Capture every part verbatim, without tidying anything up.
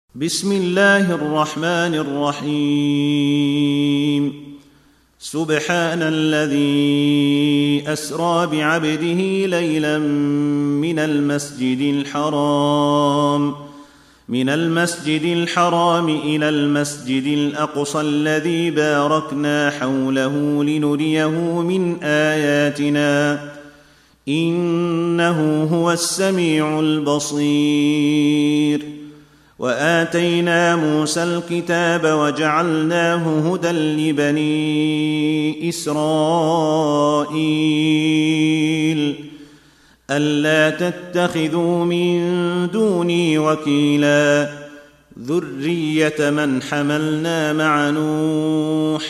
بسم الله الرحمن الرحيم. سبحان الذي أسرى بعبده ليلا من المسجد الحرام من المسجد الحرام إلى المسجد الأقصى الذي باركنا حوله لنريه من آياتنا إنه هو السميع البصير. وآتينا موسى الكتاب وجعلناه هدى لبني إسرائيل ألا تتخذوا من دوني وكيلا ذرية من حملنا مع نوح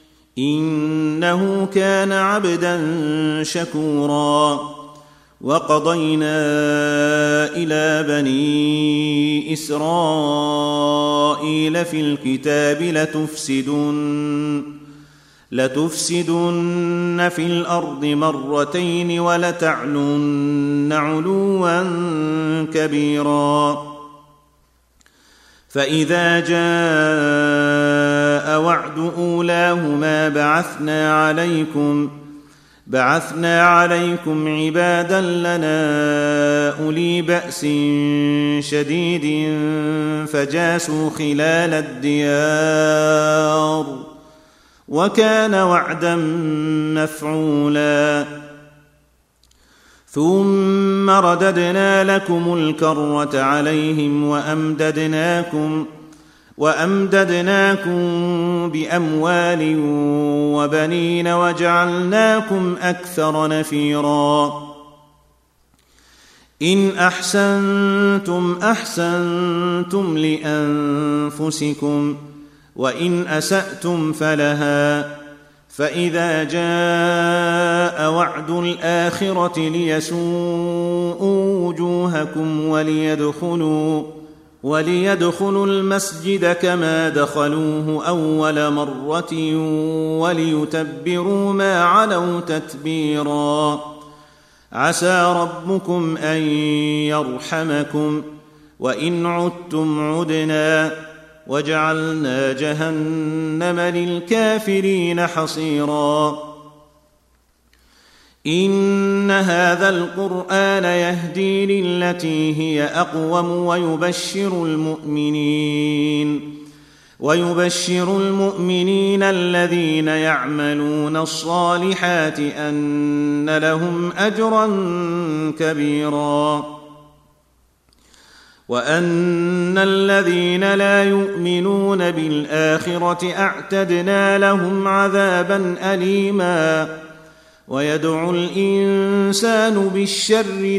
إنه كان عبدا شكورا. وقضينا إلى بني إسرائيل في الكتاب لتفسدن لتفسدن في الأرض مرتين ولتعلن علوا كبيرا. فإذا جاء وعد أولاهما بعثنا عليكم بعثنا عليكم عبادا لنا أولي بأس شديد فجاسوا خلال الديار وكان وعدا مفعولا. ثم رددنا لكم الكرة عليهم وأمددناكم وأمددناكم بأموال وبنين وجعلناكم أكثر نفيرا. إن أحسنتم أحسنتم لأنفسكم وإن أسأتم فلها. فإذا جاء وعد الآخرة ليسوءوا وجوهكم وليدخلوا وليدخلوا المسجد كما دخلوه أول مرة وليتبروا ما علوا تتبيرا. عسى ربكم أن يرحمكم وإن عدتم عدنا وجعلنا جهنم للكافرين حصيرا. إن هذا القرآن يهدي للتي هي أقوم ويبشر المؤمنين ويبشر المؤمنين الذين يعملون الصالحات أن لهم أجرا كبيرا. وأن الذين لا يؤمنون بالآخرة أعتدنا لهم عذابا أليما. ويدعو الإنسان بالشر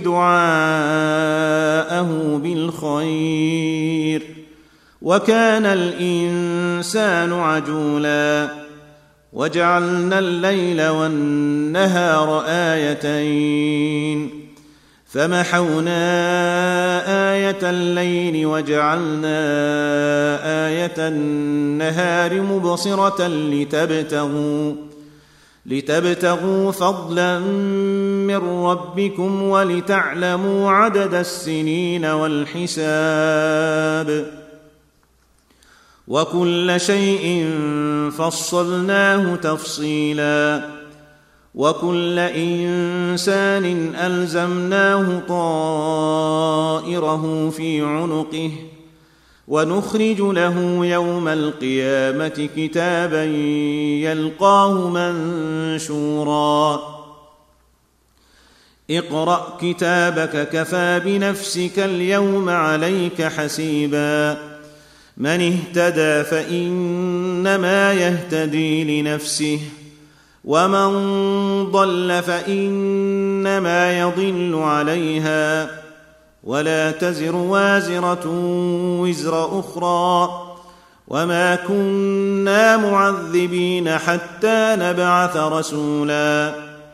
دعاءه بالخير وكان الإنسان عجولا. وجعلنا الليل والنهار آيتين فمحونا آية الليل وجعلنا آية النهار مبصرة لتبتغوا لتبتغوا فضلا من ربكم ولتعلموا عدد السنين والحساب وكل شيء فصلناه تفصيلا. وكل إنسان ألزمناه طائره في عنقه ونخرج له يوم القيامة كتابا يلقاه منشورا. اقرأ كتابك كفى بنفسك اليوم عليك حسيبا. من اهتدى فإنما يهتدي لنفسه ومن ضل فإنما يضل عليها ولا تزر وازرة وزر أخرى وما كنا معذبين حتى نبعث رسولا.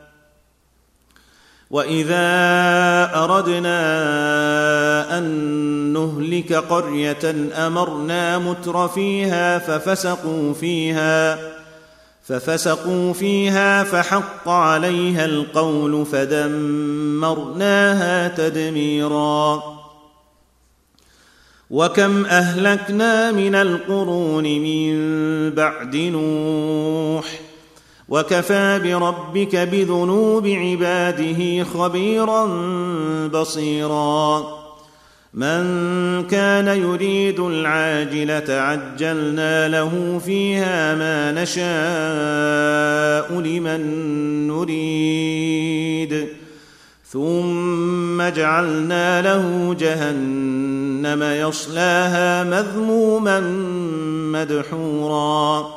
وإذا أردنا أن نهلك قرية أمرنا متر فيها ففسقوا فيها ففسقوا فيها فحق عليها القول فدمرناها تدميرا. وكم أهلكنا من القرون من بعد نوح وكفى بربك بذنوب عباده خبيرا بصيرا من كان يريد العاجلة عجلنا له فيها ما نشاء لمن نريد ثم جعلنا له جهنم يصلاها مذموما مدحورا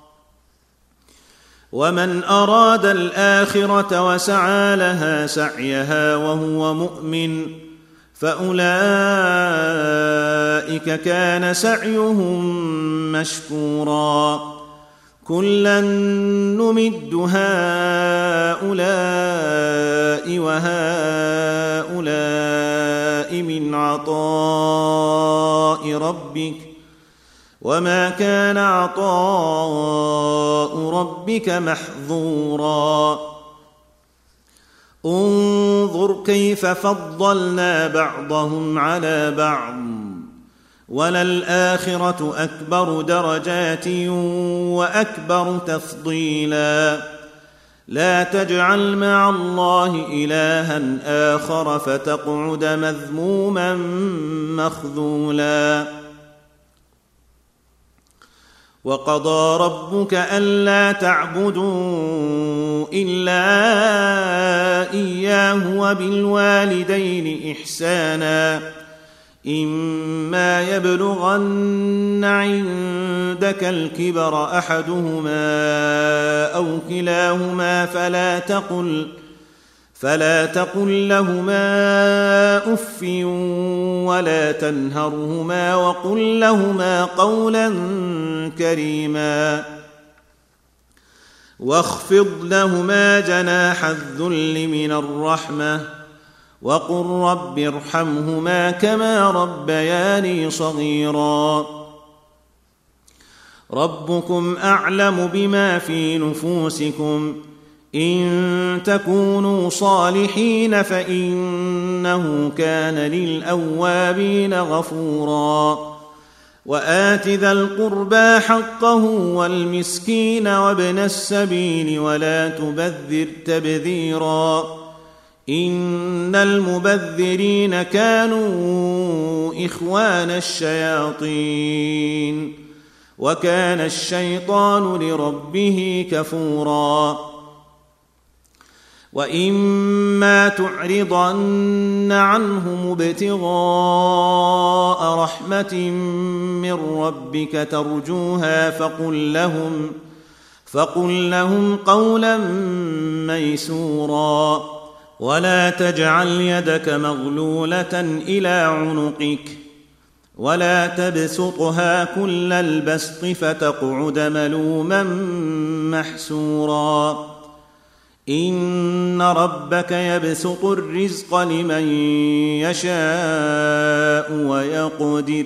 ومن أراد الآخرة وسعى لها سعيها وهو مؤمن فأولئك كان سعيهم مشكورا كلا نمد هؤلاء وهؤلاء من عطاء ربك وما كان عطاء ربك محظورا انظر كيف فضلنا بعضهم على بعض وللآخرة أكبر درجات وأكبر تفضيلا لا تجعل مع الله إلها آخر فتقعد مذموما مخذولا وقضى ربك ألا تعبدوا إلا إياه وبالوالدين إحسانا إما يبلغن عندك الكبر أحدهما أو كلاهما فلا تقل فلا تقل لهما أف ولا تنهرهما وقل لهما قولا كريما واخفض لهما جناح الذل من الرحمة وقل رب ارحمهما كما ربياني صغيرا ربكم أعلم بما في نفوسكم إن تكونوا صالحين فإنه كان للأوابين غفورا وآت ذا القربى حقه والمسكين وابن السبيل ولا تبذر تبذيرا إن المبذرين كانوا إخوان الشياطين وكان الشيطان لربه كفورا وإما تعرضن عنهم ابتغاء رحمة من ربك ترجوها فقل لهم فقل لهم قولا ميسورا ولا تجعل يدك مغلولة إلى عنقك ولا تبسطها كل البسط فتقعد ملوما محسورا إن ربك يبسط الرزق لمن يشاء ويقدر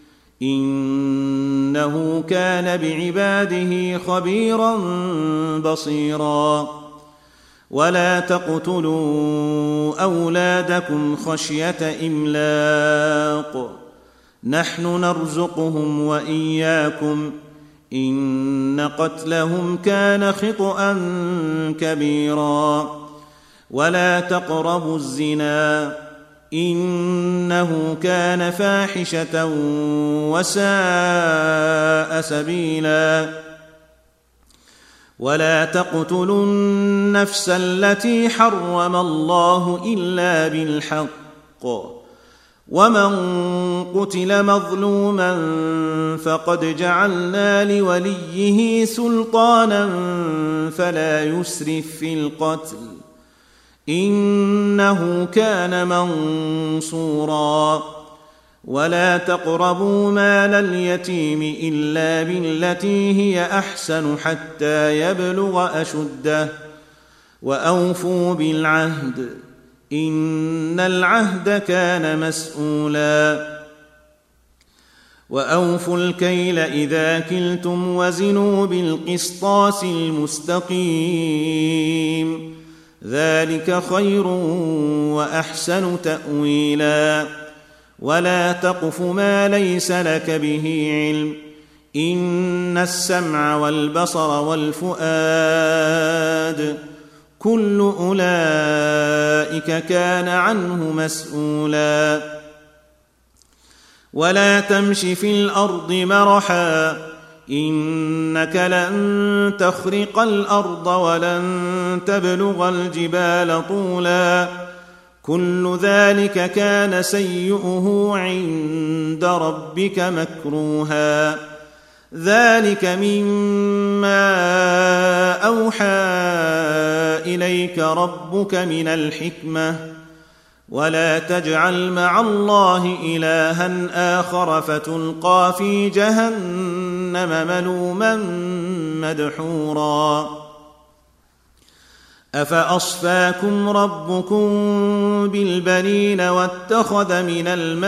إنه كان بعباده خبيرا بصيرا ولا تقتلوا أولادكم خشية إملاق نحن نرزقهم وإياكم إن قتلهم كان خطأ كبيرا ولا تقربوا الزنا إنه كان فاحشة وساء سبيلا ولا تقتلوا النفس التي حرم الله إلا بالحق ومن قتل مظلوما فقد جعلنا لوليه سلطانا فلا يسرف في القتل إنه كان منصورا ولا تقربوا مال اليتيم إلا بالتي هي أحسن حتى يبلغ أشده وأوفوا بالعهد إن العهد كان مسؤولا وأوفوا الكيل إذا كلتم وزنوا بالقسطاس المستقيم ذلك خير وأحسن تأويلا ولا تقف ما ليس لك به علم، إن السمع والبصر والفؤاد كل أولئك كان عنه مسؤولا. ولا تمش في الأرض مرحا، إنك لن تخرق الأرض ولن تبلغ الجبال طولا، كل ذلك كان سيئه عند ربك مكروها. ذلك مما أوحى إليك ربك من الحكمة، ولا تجعل مع الله إلها آخر فتلقى في جهنم ملوما مدحورا. أفأصفاكم ربكم بالبنين واتخذ من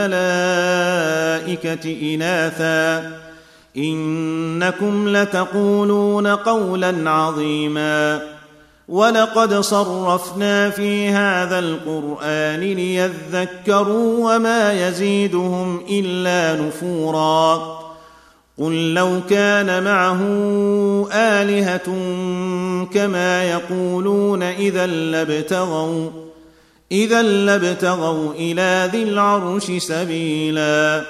الملائكة إناثا، إنكم لتقولون قولا عظيما. ولقد صرفنا في هذا القرآن ليذكروا وما يزيدهم إلا نفورا. قل لو كان معه آلهة كما يقولون إذا لابتغوا إذا لابتغوا إلى ذي العرش سبيلا.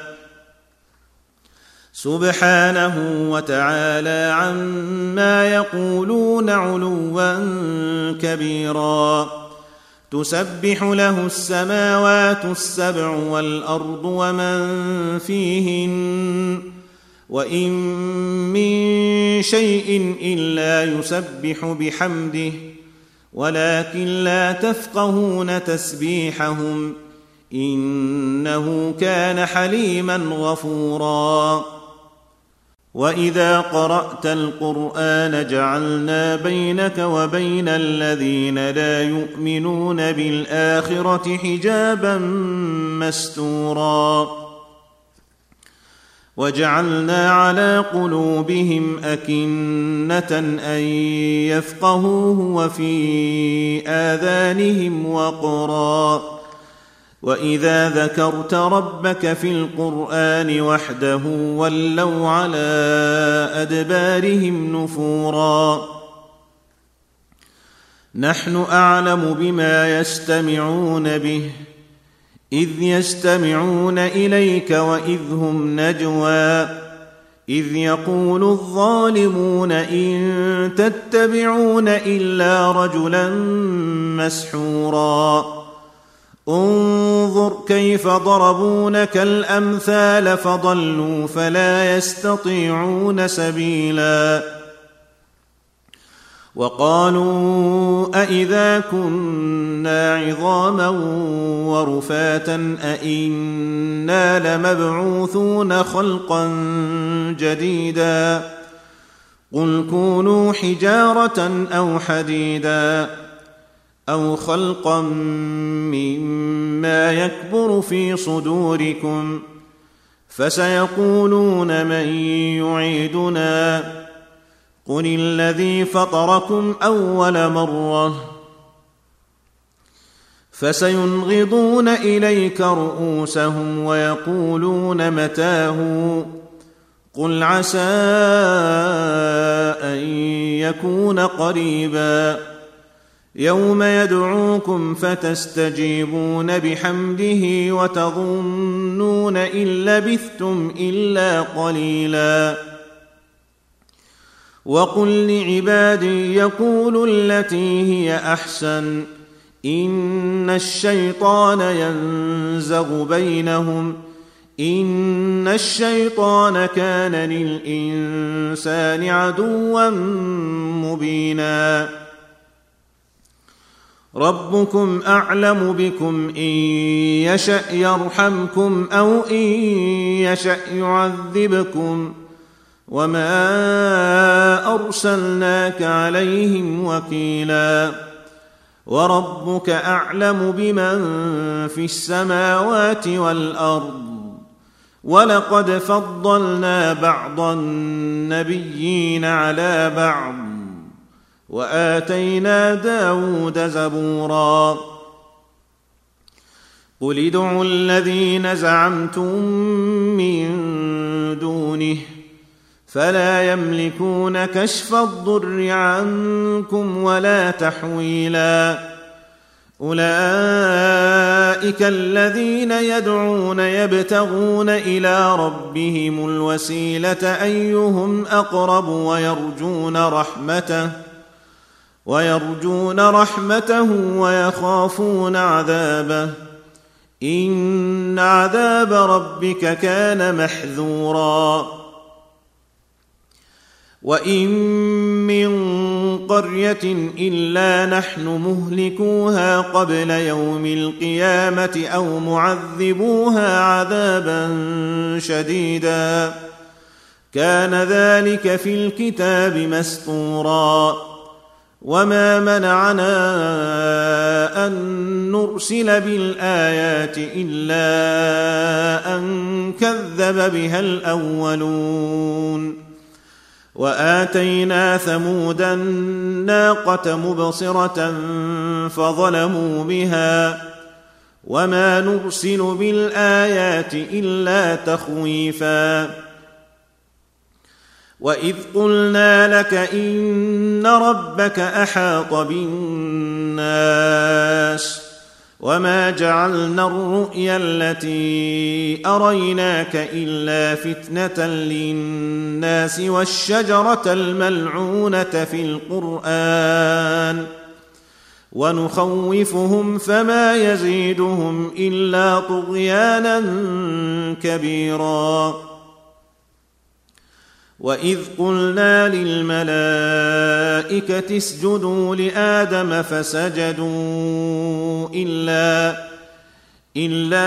سبحانه وتعالى عما يقولون علوا كبيرا. تسبح له السماوات السبع والأرض ومن فيهن، وإن من شيء إلا يسبح بحمده ولكن لا تفقهون تسبيحهم، إنه كان حليما غفورا. وإذا قرأت القرآن جعلنا بينك وبين الذين لا يؤمنون بالآخرة حجابا مستورا، وجعلنا على قلوبهم أكنة أن يفقهوه وفي آذانهم وقرا، وإذا ذكرت ربك في القرآن وحده ولوا على أدبارهم نفورا. نحن أعلم بما يستمعون به إذ يستمعون إليك وإذ هم نجوى، إذ يقول الظالمون إن تتبعون إلا رجلا مسحورا. انظر كيف ضربوا لك الأمثال فضلوا فلا يستطيعون سبيلا. وقالوا أإذا كنا عظاما ورفاتا أإنا لمبعوثون خلقا جديدا، قل كونوا حجارة أو حديدا أو خلقا مما يكبر في صدوركم، فسيقولون من يعيدنا، قل الذي فطركم أول مرة، فسينغضون إليك رؤوسهم ويقولون متاه، قل عسى أن يكون قريبا. يوم يدعوكم فتستجيبون بحمده وتظنون إن لبثتم إلا قليلا. وقل لعبادي يقولوا التي هي أحسن، إن الشيطان ينزغ بينهم، إن الشيطان كان للإنسان عدوا مبينا. ربكم أعلم بكم إن يشأ يرحمكم أو إن يشأ يعذبكم، وما أرسلناك عليهم وكيلا. وربك أعلم بمن في السماوات والأرض، ولقد فضلنا بعض النبيين على بعض، وآتينا داود زبورا. قل ادعوا الذين زعمتم من دونه فلا يملكون كشف الضر عنكم ولا تحويلا أولئك الذين يدعون يبتغون إلى ربهم الوسيلة أيهم أقرب ويرجون رحمته ويرجون رحمته ويخافون عذابه إن عذاب ربك كان محذورا وإن من قرية إلا نحن مهلكوها قبل يوم القيامة أو معذبوها عذابا شديدا كان ذلك في الكتاب مسطورا وما منعنا أن نرسل بالآيات إلا أن كذب بها الأولون وآتينا ثمود الناقة مبصرة فظلموا بها وما نرسل بالآيات إلا تخويفا وإذ قلنا لك إن ربك أحاط بالناس وما جعلنا الرؤيا التي أريناك إلا فتنة للناس والشجرة الملعونة في القرآن ونخوفهم فما يزيدهم إلا طغيانا كبيرا وإذ قلنا للملائكة اسجدوا لآدم فسجدوا إلا إلا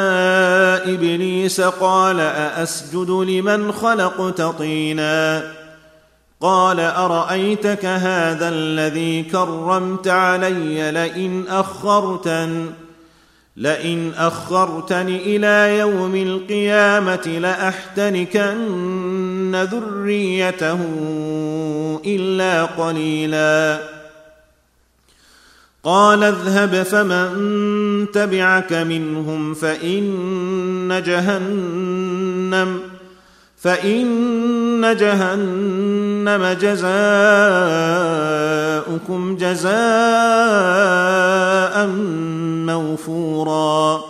إبليس قال أأسجد لمن خلقت طينا قال أرأيتك هذا الذي كرمت علي لئن أخرتن لئن أخرتني إلى يوم القيامة لأحتنكن ذريته إلا قليلا قال اذهب فمن تبعك منهم فإن جهنم فإن جهنم جزاؤكم جزاء موفورا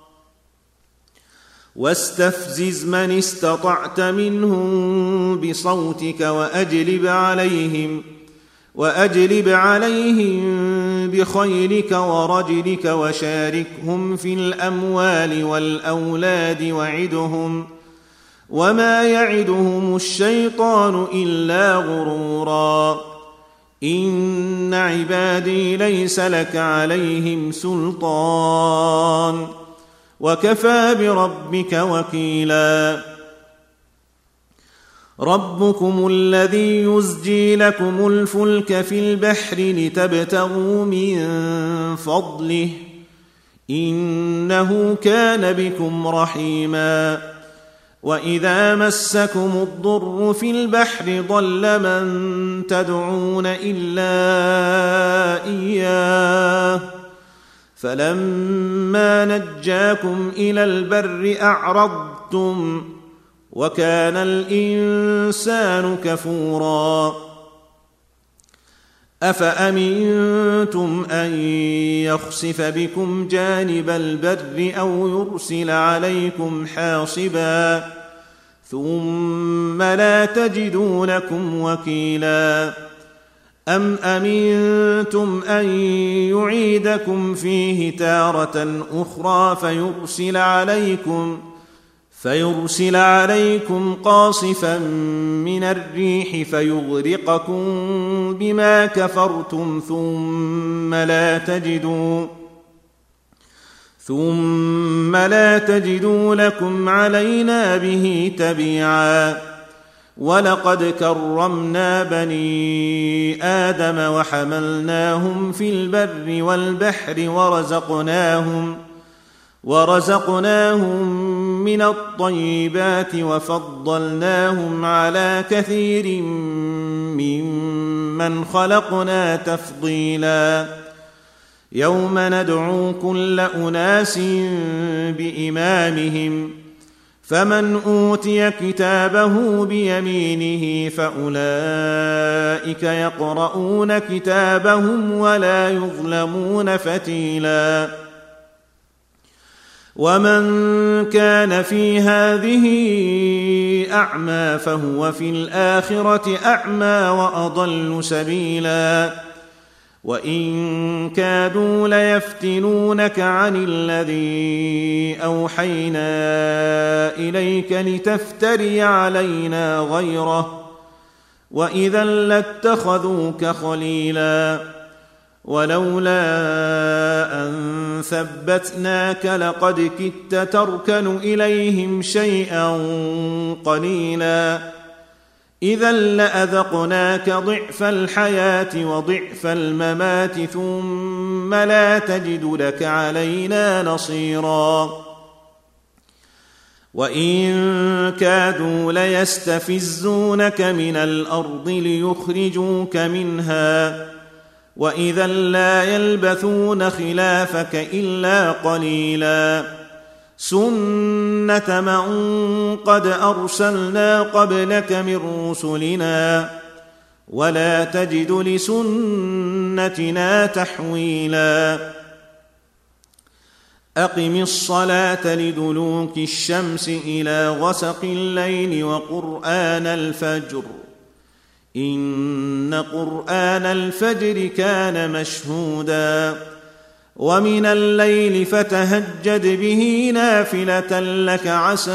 واستفزز من استطعت منهم بصوتك وأجلب عليهم وأجلب عليهم بخيلك ورجلك وشاركهم في الأموال والأولاد وعدهم وما يعدهم الشيطان إلا غرورا إن عبادي ليس لك عليهم سلطان وكفى بربك وكيلا ربكم الذي يزجي لكم الفلك في البحر لتبتغوا من فضله إنه كان بكم رحيما وإذا مسكم الضر في البحر ضل من تدعون إلا إياه فلما نجاكم إلى البر أعرضتم وكان الإنسان كفورا أفأمنتم أن يخسف بكم جانب البر أو يرسل عليكم حاصبا ثم لا تجدوا لكم وكيلا أم أمنتم أن يعيدكم فيه تارة أخرى فيرسل عليكم فيرسل عليكم قاصفا من الريح فيغرقكم بما كفرتم ثم لا تجدوا ثم لا تجدوا لكم علينا به تبيعا ولقد كرمنا بني آدم وحملناهم في البر والبحر ورزقناهم ورزقناهم من الطيبات وفضلناهم على كثير ممن خلقنا تفضيلا يوم ندعو كل أناس بإمامهم فمن أوتي كتابه بيمينه فأولئك يقرؤون كتابهم ولا يظلمون فتيلا ومن كان في هذه أعمى فهو في الآخرة أعمى وأضل سبيلا وإن كادوا ليفتنونك عن الذي أوحينا إليك لتفتري علينا غيره وإذا لاتخذوك خليلا ولولا أن ثبتناك لقد كدت تركن إليهم شيئا قليلا إذا لأذقناك ضعف الحياة وضعف الممات ثم لا تجد لك علينا نصيرا وإن كادوا ليستفزونك من الأرض ليخرجوك منها وإذا لا يلبثون خلافك إلا قليلا سنة من قد أرسلنا قبلك من رسلنا ولا تجد لسنتنا تحويلا أقم الصلاة لدلوك الشمس إلى غسق الليل وقرآن الفجر إن قرآن الفجر كان مشهودا ومن الليل فتهجد به نافلة لك عسى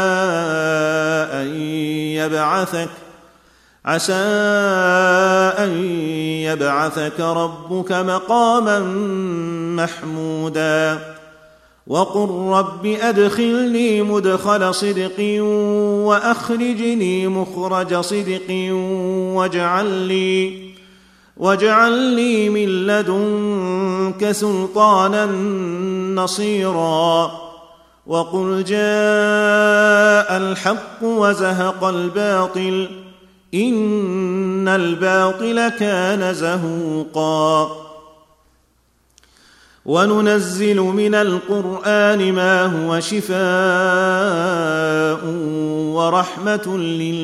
أن يبعثك عسى أن يبعثك ربك مقاما محمودا وقل رب أدخلني مدخل صدق وأخرجني مخرج صدق واجعل لي واجعل لي من لدنك سلطانا نصيرا وقل جاء الحق وزهق الباطل إن الباطل كان زهوقا وننزل من القرآن ما هو شفاء ورحمة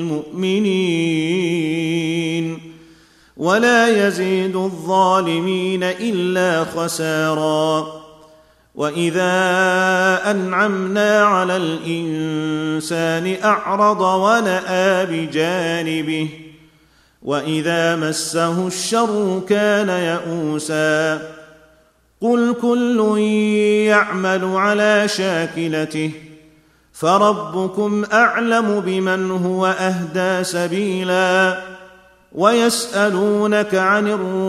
للمؤمنين ولا يزيد الظالمين إلا خسارا وإذا أنعمنا على الإنسان أعرض ونأى بجانبه وإذا مسه الشر كان يئوسا قل كل يعمل على شاكلته فربكم أعلم بمن هو أهدى سبيلا ويسألونك عن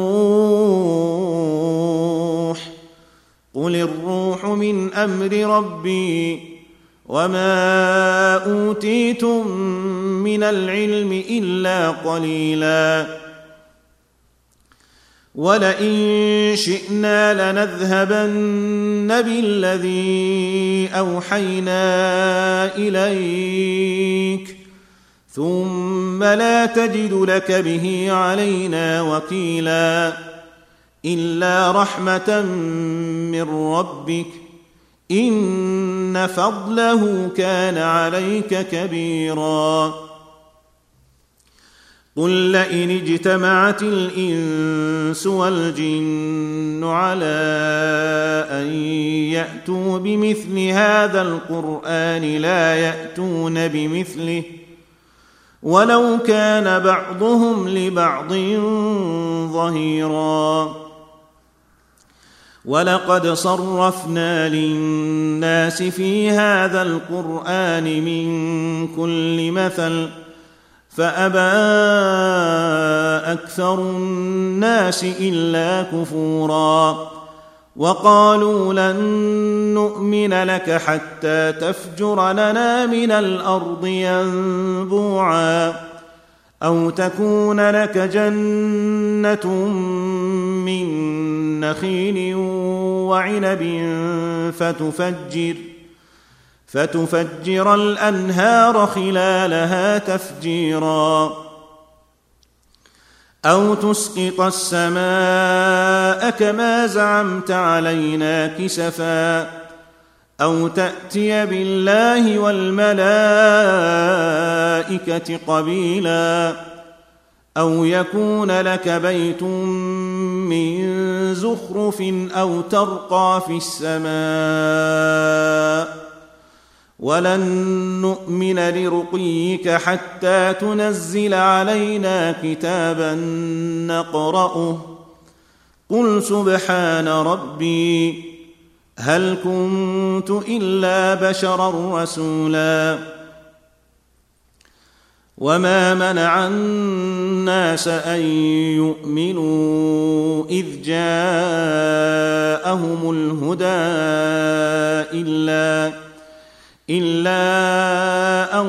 الروح قل الروح من أمر ربي وما أوتيتم من العلم إلا قليلا ولئن شئنا لنذهبن بالذي أوحينا إليك ثم لا تجد لك به علينا وكيلا إلا رحمة من ربك إن فضله كان عليك كبيرا قل لئن اجتمعت الإنس والجن على أن يأتوا بمثل هذا القرآن لا يأتون بمثله ولو كان بعضهم لبعض ظهيرا ولقد صرفنا للناس في هذا القرآن من كل مثل فأبى أكثر الناس إلا كفورا وقالوا لن نؤمن لك حتى تفجر لنا من الأرض ينبوعا أو تكون لك جنة من نخيل وعنب فتفجر فتفجر الأنهار خلالها تفجيرا أو تسقط السماء كما زعمت علينا كسفا أو تأتي بالله والملائكة قبيلا أو يكون لك بيت من زخرف أو ترقى في السماء ولن نؤمن لرقيك حتى تنزل علينا كتابا نقرأه قل سبحان ربي هل كنت إلا بشرا رسولا وما منع الناس أن يؤمنوا إذ جاءهم الهدى إلا إلا أن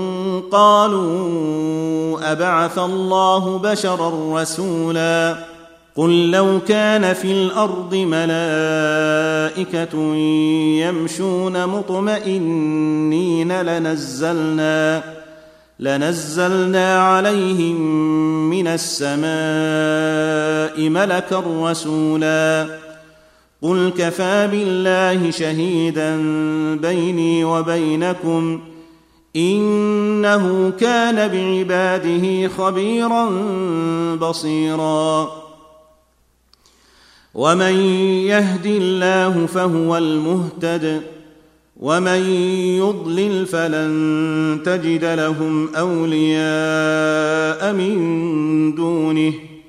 قالوا أبعث الله بشرا رسولا قل لو كان في الأرض ملائكة يمشون مطمئنين لنزلنا لنزلنا عليهم من السماء ملكا رسولا قل كفى بالله شهيدا بيني وبينكم إنه كان بعباده خبيرا بصيرا ومن يهد الله فهو المهتد ومن يضلل فلن تجد لهم أولياء من دونه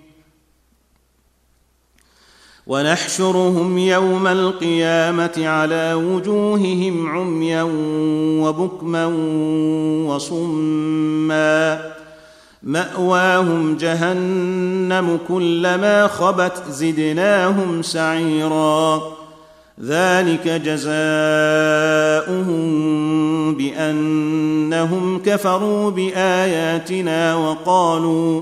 ونحشرهم يوم القيامة على وجوههم عميا وبكما وصما مأواهم جهنم كلما خبت زدناهم سعيرا ذلك جزاؤهم بأنهم كفروا بآياتنا وقالوا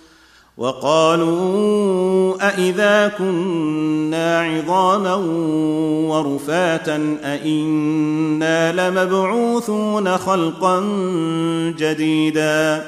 وقالوا أإذا كنا عظاما ورفاتا أإنا لمبعوثون خلقا جديدا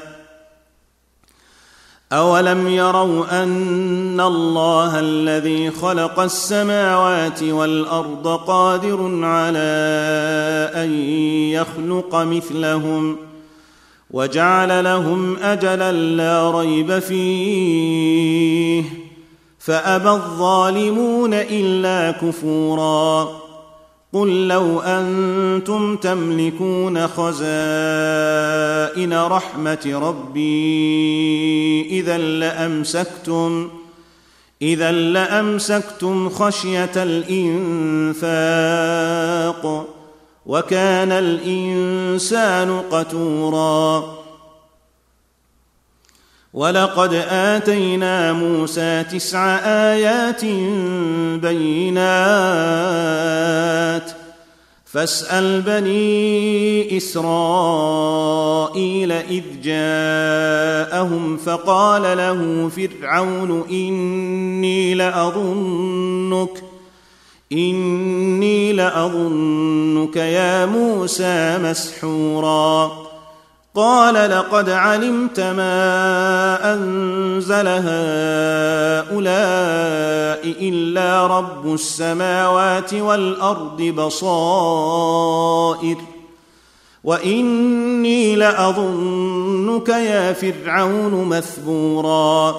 أولم يروا أن الله الذي خلق السماوات والأرض قادر على أن يخلق مثلهم وجعل لهم أجلا لا ريب فيه فأبى الظالمون إلا كفورا قل لو أنتم تملكون خزائن رحمة ربي إذا لأمسكتم إذا لأمسكتم خشية الإنفاق وكان الإنسان قتورا ولقد آتينا موسى تسع آيات بينات فاسأل بني إسرائيل إذ جاءهم فقال له فرعون إني لأظنك إني لأظنك يا موسى مسحورا قال لقد علمت ما أنزل هؤلاء إلا رب السماوات والأرض بصائر وإني لأظنك يا فرعون مثبورا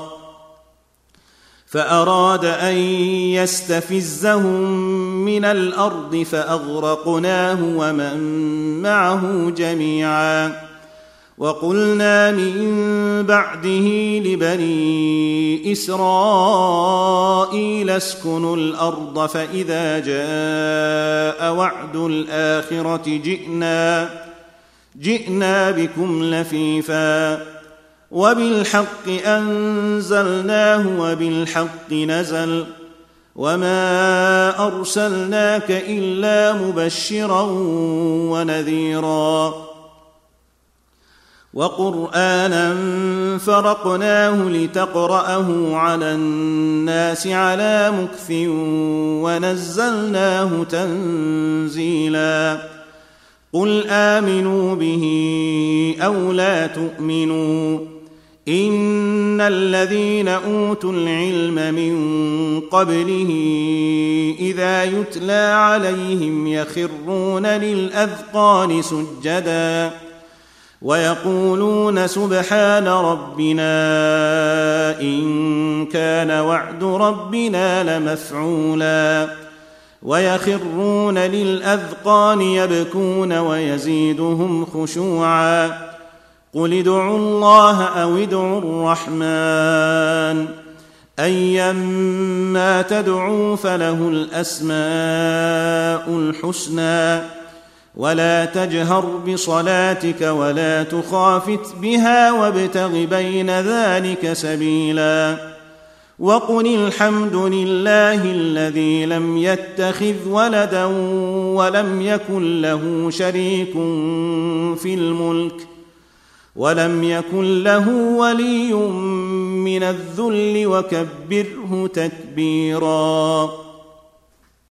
فأراد أن يستفزهم من الأرض فأغرقناه ومن معه جميعا وقلنا من بعده لبني إسرائيل اسكنوا الأرض فإذا جاء وعد الآخرة جئنا جئنا بكم لفيفا وبالحق أنزلناه وبالحق نزل وما أرسلناك إلا مبشرا ونذيرا وقرآنا فرقناه لتقرأه على الناس على مكث ونزلناه تنزيلا قل آمنوا به أو لا تؤمنوا إن الذين أوتوا العلم من قبله إذا يتلى عليهم يخرون للأذقان سجدا ويقولون سبحان ربنا إن كان وعد ربنا لمفعولا ويخرون للأذقان يبكون ويزيدهم خشوعا قل ادعوا الله أو ادعوا الرحمن أيما تدعوا فله الأسماء الحسنى ولا تجهر بصلاتك ولا تخافت بها وابتغ بين ذلك سبيلا وقل الحمد لله الذي لم يتخذ ولدا ولم يكن له شريك في الملك ولم يكن له ولي من الذل وكبره تكبيرا.